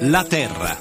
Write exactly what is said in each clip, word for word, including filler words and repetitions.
La Terra.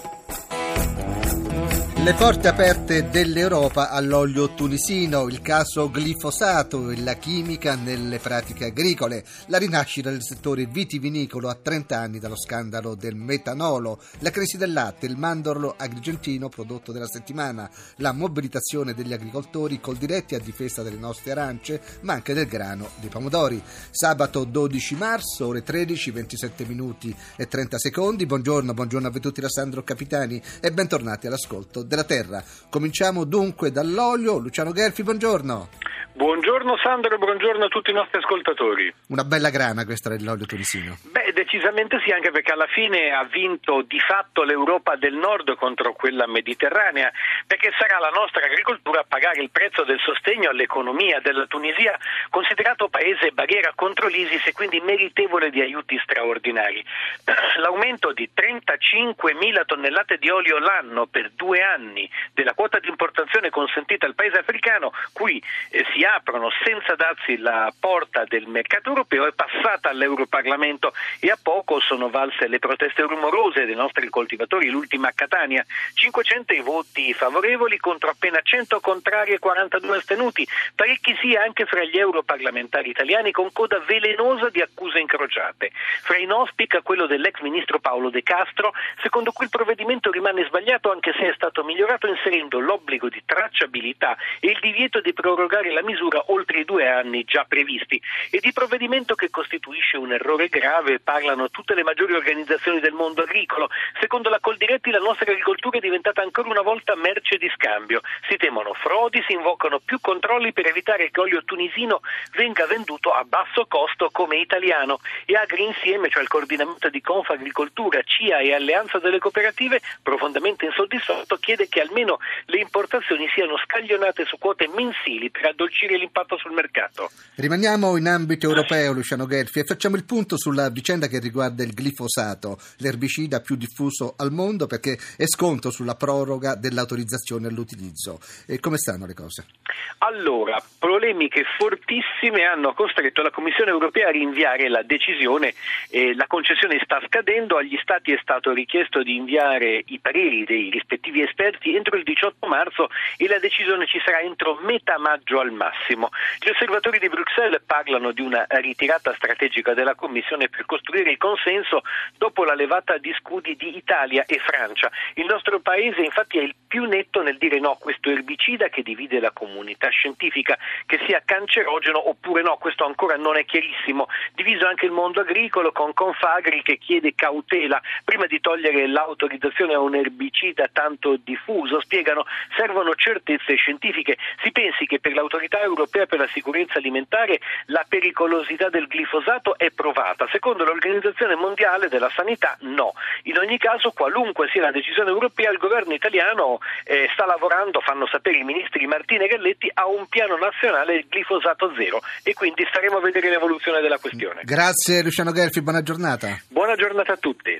Le porte aperte dell'Europa all'olio tunisino, il caso glifosato e la chimica nelle pratiche agricole, la rinascita del settore vitivinicolo a trenta anni dallo scandalo del metanolo, la crisi del latte, il mandorlo agrigentino prodotto della settimana, la mobilitazione degli agricoltori coldiretti a difesa delle nostre arance, ma anche del grano dei pomodori. Sabato dodici marzo, ore tredici, ventisette minuti e trenta secondi. Buongiorno, buongiorno a voi tutti da Sandro Capitani e bentornati all'ascolto della Terra. Cominciamo dunque dall'olio. Luciano Gelfi, buongiorno. Buongiorno Sandro e buongiorno a tutti i nostri ascoltatori. Una bella grana questa dell'olio tunisino. Beh, decisamente sì, anche perché alla fine ha vinto di fatto l'Europa del Nord contro quella mediterranea, perché sarà la nostra agricoltura a pagare il prezzo del sostegno all'economia della Tunisia, considerato paese barriera contro l'ISIS e quindi meritevole di aiuti straordinari. L'aumento di trentacinquemila tonnellate di olio l'anno per due anni della quota di importazione consentita al paese africano, cui eh, si aprono senza dazi la porta del mercato europeo, è passata all'Europarlamento e a poco sono valse le proteste rumorose dei nostri coltivatori, l'ultima a Catania, cinquecento i voti favorevoli contro appena cento contrari e quarantadue astenuti, parecchi sì anche fra gli europarlamentari italiani, con coda velenosa di accuse incrociate. Fra i no spicca quello dell'ex ministro Paolo De Castro, secondo cui il provvedimento rimane sbagliato anche se è stato migliorato inserendo l'obbligo di tracciabilità e il divieto di prorogare la misura oltre i due anni già previsti. E di provvedimento che costituisce un errore grave parlano tutte le maggiori organizzazioni del mondo agricolo. Secondo la Coldiretti la nostra agricoltura è diventata ancora una volta merce di scambio. Si temono frodi, si invocano più controlli per evitare che l'olio tunisino venga venduto a basso costo come italiano. E Agri Insieme, cioè il coordinamento di Confagricoltura, C I A e Alleanza delle Cooperative, profondamente insoddisfatto, chiede che almeno le importazioni siano scaglionate su quote mensili per addolcire l'impatto sul mercato. Rimaniamo in ambito europeo, Luciano Gelfi, e facciamo il punto sulla vicenda che riguarda il glifosato, l'erbicida più diffuso al mondo, perché è sconto sulla proroga dell'autorizzazione all'utilizzo. E come stanno le cose? Allora, polemiche fortissime hanno costretto la Commissione europea a rinviare la decisione. Eh, la concessione sta scadendo, agli Stati è stato richiesto di inviare i pareri dei rispettivi esperti entro il diciotto marzo e la decisione ci sarà entro metà maggio al massimo. Gli osservatori di Bruxelles parlano di una ritirata strategica della Commissione per costruire il consenso dopo la levata di scudi di Italia e Francia. Il nostro paese infatti è il più netto nel dire no a questo erbicida che divide la comunità scientifica, che sia cancerogeno oppure no, questo ancora non è chiarissimo. Diviso anche il mondo agricolo, con Confagri che chiede cautela prima di togliere l'autorizzazione a un erbicida tanto diffuso. Spiegano, servono certezze scientifiche. Si pensi che per l'autorità europea per la sicurezza alimentare la pericolosità del glifosato è provata, secondo l'Organizzazione Mondiale della Sanità no. In ogni caso, qualunque sia la decisione europea, il governo italiano eh, sta lavorando, fanno sapere i ministri Martina e Galletti, a un piano nazionale glifosato zero e quindi staremo a vedere l'evoluzione della questione. Grazie Luciano Gelfi, buona giornata. Buona giornata a tutti.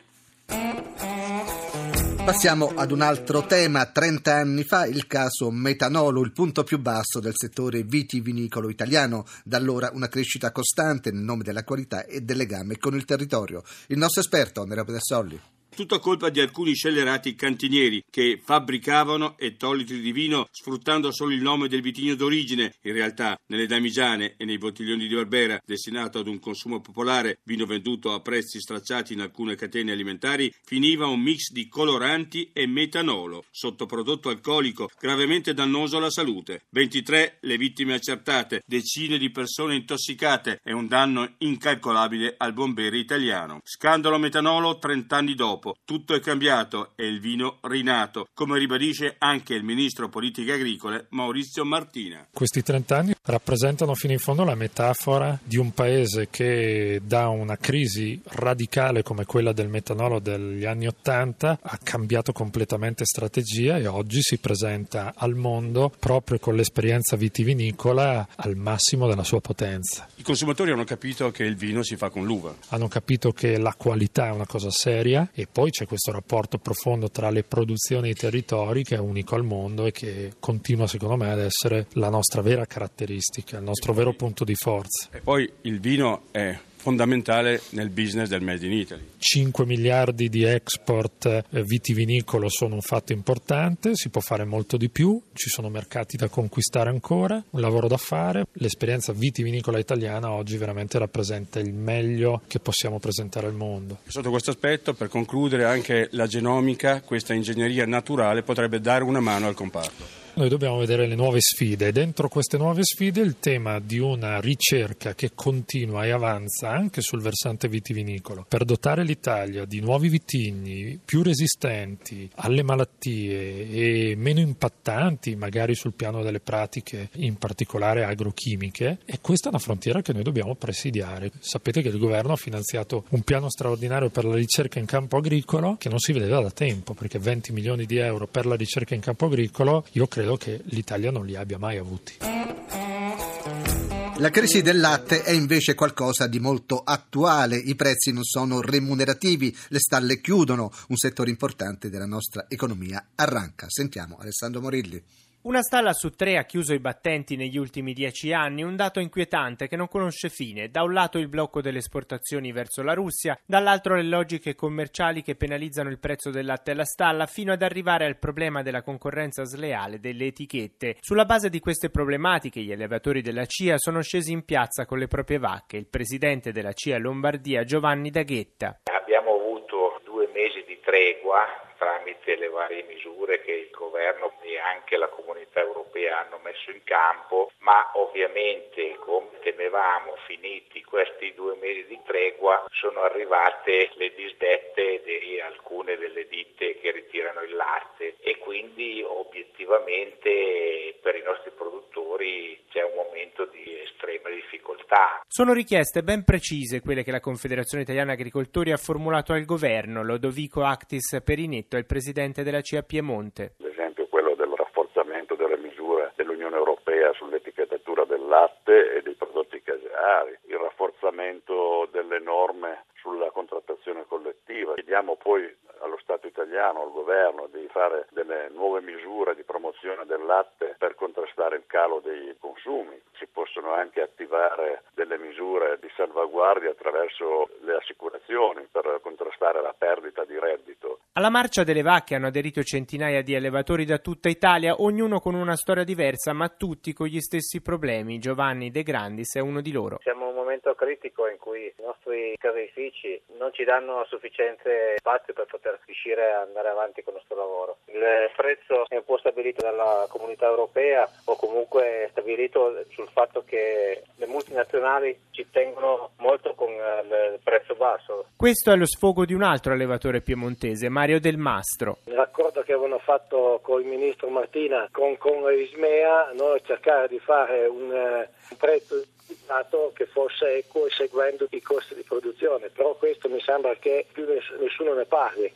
Passiamo ad un altro tema. trenta anni fa il caso metanolo, il punto più basso del settore vitivinicolo italiano. Da allora una crescita costante nel nome della qualità e del legame con il territorio. Il nostro esperto, Andrea Pedessoli. Tutto a colpa di alcuni scellerati cantinieri che fabbricavano ettolitri di vino sfruttando solo il nome del vitigno d'origine. In realtà, nelle damigiane e nei bottiglioni di Barbera, destinato ad un consumo popolare, vino venduto a prezzi stracciati in alcune catene alimentari, finiva un mix di coloranti e metanolo, sottoprodotto alcolico gravemente dannoso alla salute. ventitré le vittime accertate, decine di persone intossicate e un danno incalcolabile al buon bere italiano. Scandalo metanolo trent'anni dopo. Tutto è cambiato e il vino rinato, come ribadisce anche il ministro politiche agricole Maurizio Martina. Questi trent'anni rappresentano fino in fondo la metafora di un paese che da una crisi radicale come quella del metanolo degli anni Ottanta ha cambiato completamente strategia e oggi si presenta al mondo proprio con l'esperienza vitivinicola al massimo della sua potenza. I consumatori hanno capito che il vino si fa con l'uva. Hanno capito che la qualità è una cosa seria e poi c'è questo rapporto profondo tra le produzioni e i territori che è unico al mondo e che continua secondo me ad essere la nostra vera caratteristica, il nostro vero punto di forza. E poi il vino è fondamentale nel business del Made in Italy. cinque miliardi di export eh, vitivinicolo sono un fatto importante, si può fare molto di più, ci sono mercati da conquistare ancora, un lavoro da fare. L'esperienza vitivinicola italiana oggi veramente rappresenta il meglio che possiamo presentare al mondo. Sotto questo aspetto, per concludere, anche la genomica, questa ingegneria naturale, potrebbe dare una mano al comparto. Noi dobbiamo vedere le nuove sfide e dentro queste nuove sfide il tema di una ricerca che continua e avanza anche sul versante vitivinicolo per dotare l'Italia di nuovi vitigni più resistenti alle malattie e meno impattanti magari sul piano delle pratiche, in particolare agrochimiche, e questa è una frontiera che noi dobbiamo presidiare. Sapete che il governo ha finanziato un piano straordinario per la ricerca in campo agricolo che non si vedeva da tempo, perché venti milioni di euro per la ricerca in campo agricolo io credo credo che l'Italia non li abbia mai avuti. La crisi del latte è invece qualcosa di molto attuale, i prezzi non sono remunerativi, le stalle chiudono, un settore importante della nostra economia arranca. Sentiamo Alessandro Morilli. Una stalla su tre ha chiuso i battenti negli ultimi dieci anni, un dato inquietante che non conosce fine. Da un lato il blocco delle esportazioni verso la Russia, dall'altro le logiche commerciali che penalizzano il prezzo del latte alla stalla, fino ad arrivare al problema della concorrenza sleale delle etichette. Sulla base di queste problematiche gli allevatori della C I A sono scesi in piazza con le proprie vacche. Il presidente della C I A Lombardia, Giovanni Daghetta. Abbiamo avuto due mesi di tregua tramite le varie misure che il governo e anche la comunità europea hanno messo in campo, ma ovviamente, come temevamo, finiti questi due mesi di tregua, sono arrivate le disdette di alcune delle ditte che ritirano il latte e quindi obiettivamente per i nostri produttori c'è un momento di estrema difficoltà. Sono richieste ben precise quelle che la Confederazione Italiana Agricoltori ha formulato al governo. Lodovico Actis Perinetto è il presidente della C I A Piemonte. L'esempio è quello del rafforzamento delle misure dell'Unione Europea sull'etichettatura del latte e dei prodotti caseari, il rafforzamento delle norme sulla contrattazione collettiva. Chiediamo poi allo Stato italiano, al governo, di fare delle nuove misure di promozione del latte per contrastare il calo dei consumi. Si possono anche attivare delle misure di salvaguardia attraverso le assicurazioni per contrastare la perdita di reddito. Alla marcia delle vacche hanno aderito centinaia di allevatori da tutta Italia, ognuno con una storia diversa, ma tutti con gli stessi problemi. Giovanni De Grandis è uno di loro. Siamo in un momento critico in cui i nostri caseifici non ci danno sufficiente spazio per poter riuscire ad andare avanti con il nostro lavoro. Il prezzo è un po' stabilito dalla comunità europea o comunque stabilito sul fatto che le multinazionali ci tengono molto con il prezzo basso. Questo è lo sfogo di un altro allevatore piemontese, Mario Del Mastro. Nell'accordo che avevano fatto con il ministro Martina con, con Ismea, noi cercare di fare un, un prezzo che fosse equo seguendo i costi di produzione, però questo mi sembra che più nessuno ne parli.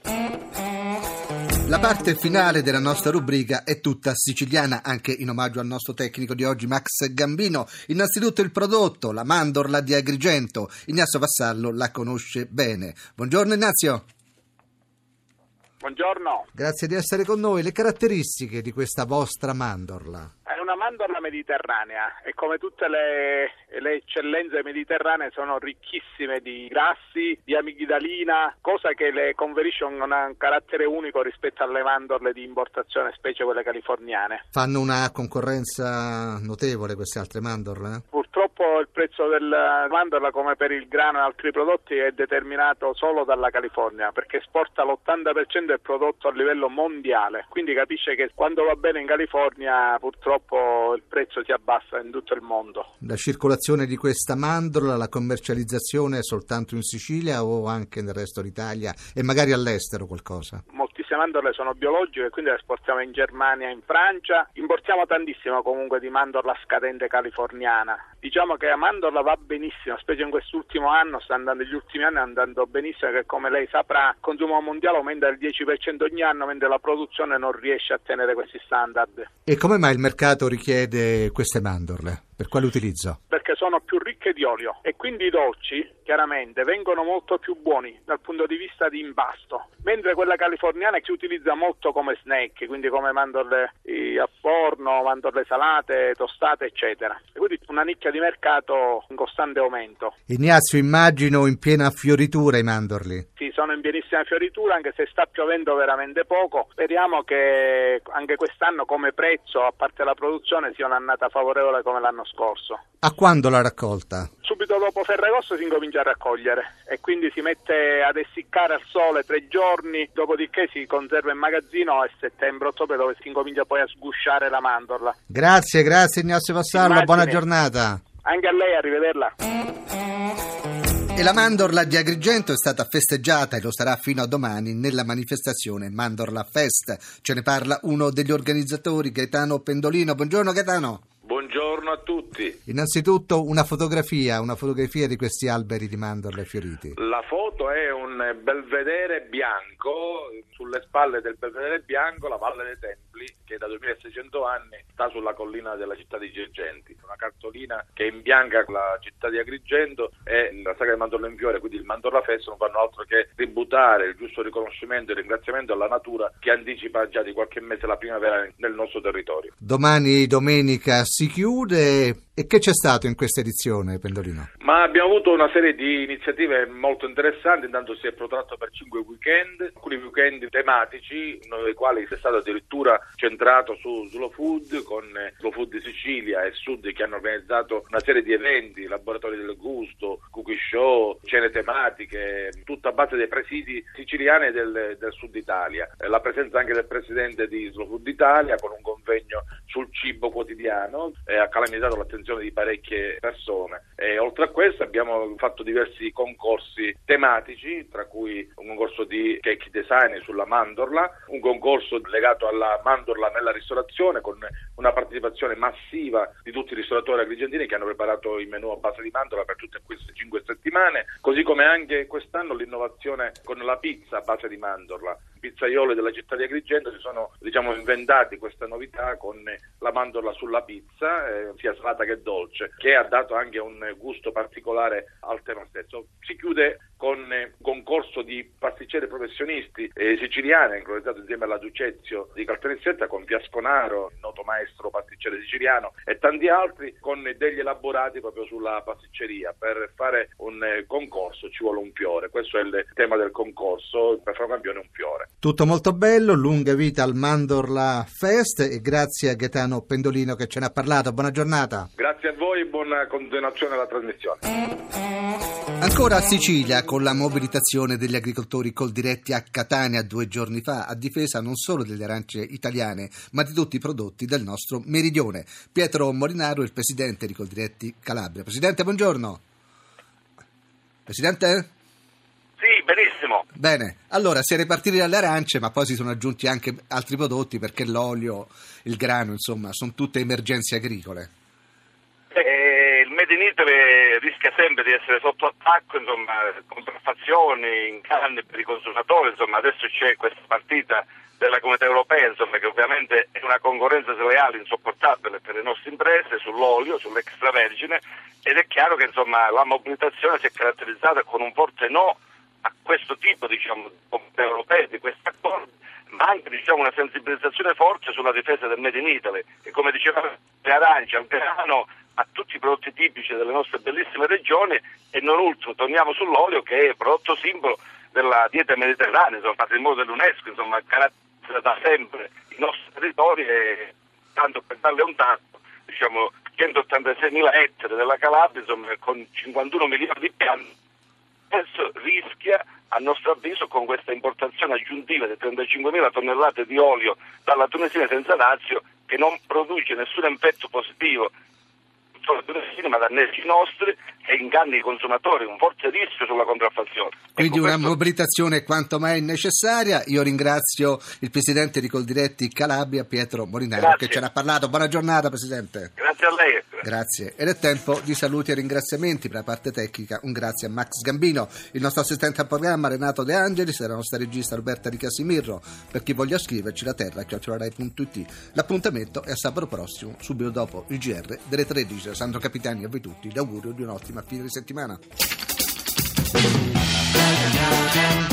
La parte finale della nostra rubrica è tutta siciliana, anche in omaggio al nostro tecnico di oggi Max Gambino. Innanzitutto il prodotto, la mandorla di Agrigento. Ignazio Vassallo la conosce bene. Buongiorno Ignazio. Buongiorno. Grazie di essere con noi. Le caratteristiche di questa vostra mandorla? È una mandorla mediterranea e come tutte le, le eccellenze mediterranee sono ricchissime di grassi, di amigdalina, cosa che le conferisce un, un carattere unico rispetto alle mandorle di importazione, specie quelle californiane. Fanno una concorrenza notevole queste altre mandorle? Purtroppo il prezzo della mandorla, come per il grano e altri prodotti, è determinato solo dalla California, perché esporta l'ottanta per cento del prodotto a livello mondiale, quindi capisce che quando va bene in California purtroppo il prezzo si abbassa in tutto il mondo. La circolazione di questa mandorla, la commercializzazione è soltanto in Sicilia o anche nel resto d'Italia e magari all'estero qualcosa? Moltissime mandorle sono biologiche, quindi le esportiamo in Germania e in Francia. Importiamo tantissimo comunque di mandorla scadente californiana. Diciamo che la mandorla va benissimo, specie in quest'ultimo anno, sta andando, negli ultimi anni andando benissimo, che come lei saprà il consumo mondiale aumenta del dieci per cento ogni anno, mentre la produzione non riesce a tenere questi standard. E come mai il mercato richiede queste mandorle? Per quale utilizzo? Perché sono più ricche di olio e quindi i dolci chiaramente vengono molto più buoni dal punto di vista di impasto, mentre quella californiana si utilizza molto come snack, quindi come mandorle a forno, mandorle salate, tostate eccetera, e quindi una nicchia di mercato in costante aumento. Ignazio, immagino in piena fioritura i mandorli. Sì, sono in pienissima fioritura, anche se sta piovendo veramente poco. Speriamo che anche quest'anno come prezzo, a parte la produzione, sia un'annata favorevole come l'anno scorso. A quando la raccolta? Subito dopo Ferragosto si incomincia a raccogliere e quindi si mette ad essiccare al sole tre giorni, dopodiché si conserva in magazzino a settembre-ottobre, dove si incomincia poi a sgusciare la mandorla. Grazie, grazie Ignazio Vassallo, Immagine. Buona giornata. Anche a lei, arrivederla. E la mandorla di Agrigento è stata festeggiata e lo sarà fino a domani nella manifestazione Mandorla Fest. Ce ne parla uno degli organizzatori, Gaetano Pendolino. Buongiorno Gaetano. Buongiorno a tutti. Innanzitutto una fotografia, una fotografia di questi alberi di mandorle fioriti. La foto è un belvedere bianco, sulle spalle del belvedere bianco la Valle dei Templi, che da duemilaseicento anni sta sulla collina della città di Girgenti. Una cartolina che imbianca la città di Agrigento e la sagra di mandorla in fiore, quindi il Mandorla Fest, non fanno altro che tributare il giusto riconoscimento e ringraziamento alla natura che anticipa già di qualche mese la primavera nel nostro territorio. Domani domenica si chiude. E che c'è stato in questa edizione, Pendolino? Ma abbiamo avuto una serie di iniziative molto interessanti. Intanto si è protratto per cinque weekend, alcuni weekend tematici, uno dei quali è stato addirittura centrato su Slow Food, con Slow Food di Sicilia e Sud, che hanno organizzato una serie di eventi, laboratori del gusto, cookie show, cene tematiche, tutta a base dei presidi siciliani del, del Sud Italia. La presenza anche del presidente di Slow Food Italia con un convegno sul cibo quotidiano e ha calamitato l'attenzione di parecchie persone. E oltre a questo abbiamo fatto diversi concorsi tematici, tra cui un concorso di cake design sulla mandorla, un concorso legato alla mandorla nella ristorazione con una partecipazione massiva di tutti i ristoratori agrigentini che hanno preparato il menù a base di mandorla per tutte queste cinque settimane, così come anche quest'anno l'innovazione con la pizza a base di mandorla. I pizzaioli della città di Agrigento si sono, diciamo, inventati questa novità con la mandorla sulla pizza, eh, sia salata che dolce, che ha dato anche un gusto particolare al tema stesso. Si chiude con un concorso di pasticceri professionisti eh, siciliani, organizzato insieme alla Ducezio di Caltanissetta, con Fiasconaro, il noto maestro pasticcere siciliano, e tanti altri, con degli elaborati proprio sulla pasticceria. Per fare un eh, concorso ci vuole un fiore, questo è il tema del concorso, per fare un campione un fiore. Tutto molto bello, lunga vita al Mandorla Fest e grazie a Gaetano Pendolino che ce ne ha parlato. Buona giornata. Grazie a voi e buona continuazione alla trasmissione. Ancora a Sicilia, con la mobilitazione degli agricoltori Coldiretti a Catania due giorni fa, a difesa non solo delle arance italiane, ma di tutti i prodotti del nostro meridione. Pietro Molinaro, il presidente di Coldiretti Calabria. Presidente, buongiorno. Presidente? Sì, benissimo. Bene, allora si è ripartiti dalle arance, ma poi si sono aggiunti anche altri prodotti, perché l'olio, il grano, insomma, sono tutte emergenze agricole. Eh, il Made in Italy rischia sempre di essere sotto attacco, insomma, contraffazioni, inganni per i consumatori, insomma, adesso c'è questa partita della Comunità Europea, insomma, che ovviamente è una concorrenza sleale insopportabile per le nostre imprese sull'olio, sull'extravergine, ed è chiaro che, insomma, la mobilitazione si è caratterizzata con un forte no a questo tipo, diciamo, di Comunità Europea, di questi accordi, ma anche, diciamo, una sensibilizzazione forte sulla difesa del Made in Italy, che, come diceva, le arance, al grano, a tutti i prodotti tipici delle nostre bellissime regioni, e non ultimo torniamo sull'olio, che è prodotto simbolo della dieta mediterranea, insomma, patrimonio dell'UNESCO, insomma, caratterizza da sempre i nostri territori, e tanto per darle un dato, diciamo, centottantaseimila ettari della Calabria, insomma, con cinquantuno milioni di piante, adesso rischia, a nostro avviso, con questa importazione aggiuntiva di trentacinquemila tonnellate di olio dalla Tunisia senza razio, che non produce nessun effetto positivo solo tunisini, ma danneggi i nostri e inganni i consumatori, un forte rischio sulla contraffazione. Quindi ecco, una questo... mobilitazione quanto mai necessaria. Io ringrazio il presidente di Coldiretti Calabria, Pietro Molinaro, Grazie. che ce n'ha parlato. Buona giornata, presidente. Grazie a lei. Grazie. Ed è tempo di saluti e ringraziamenti. Per la parte tecnica un grazie a Max Gambino, il nostro assistente al programma Renato De Angelis e la nostra regista Roberta Di Casimirro. Per chi voglia scriverci, la terra chiocciola rai punto it. L'appuntamento è a sabato prossimo, subito dopo il G R delle tredici. Sandro Capitani, a voi tutti l'augurio di un'ottima fine di settimana.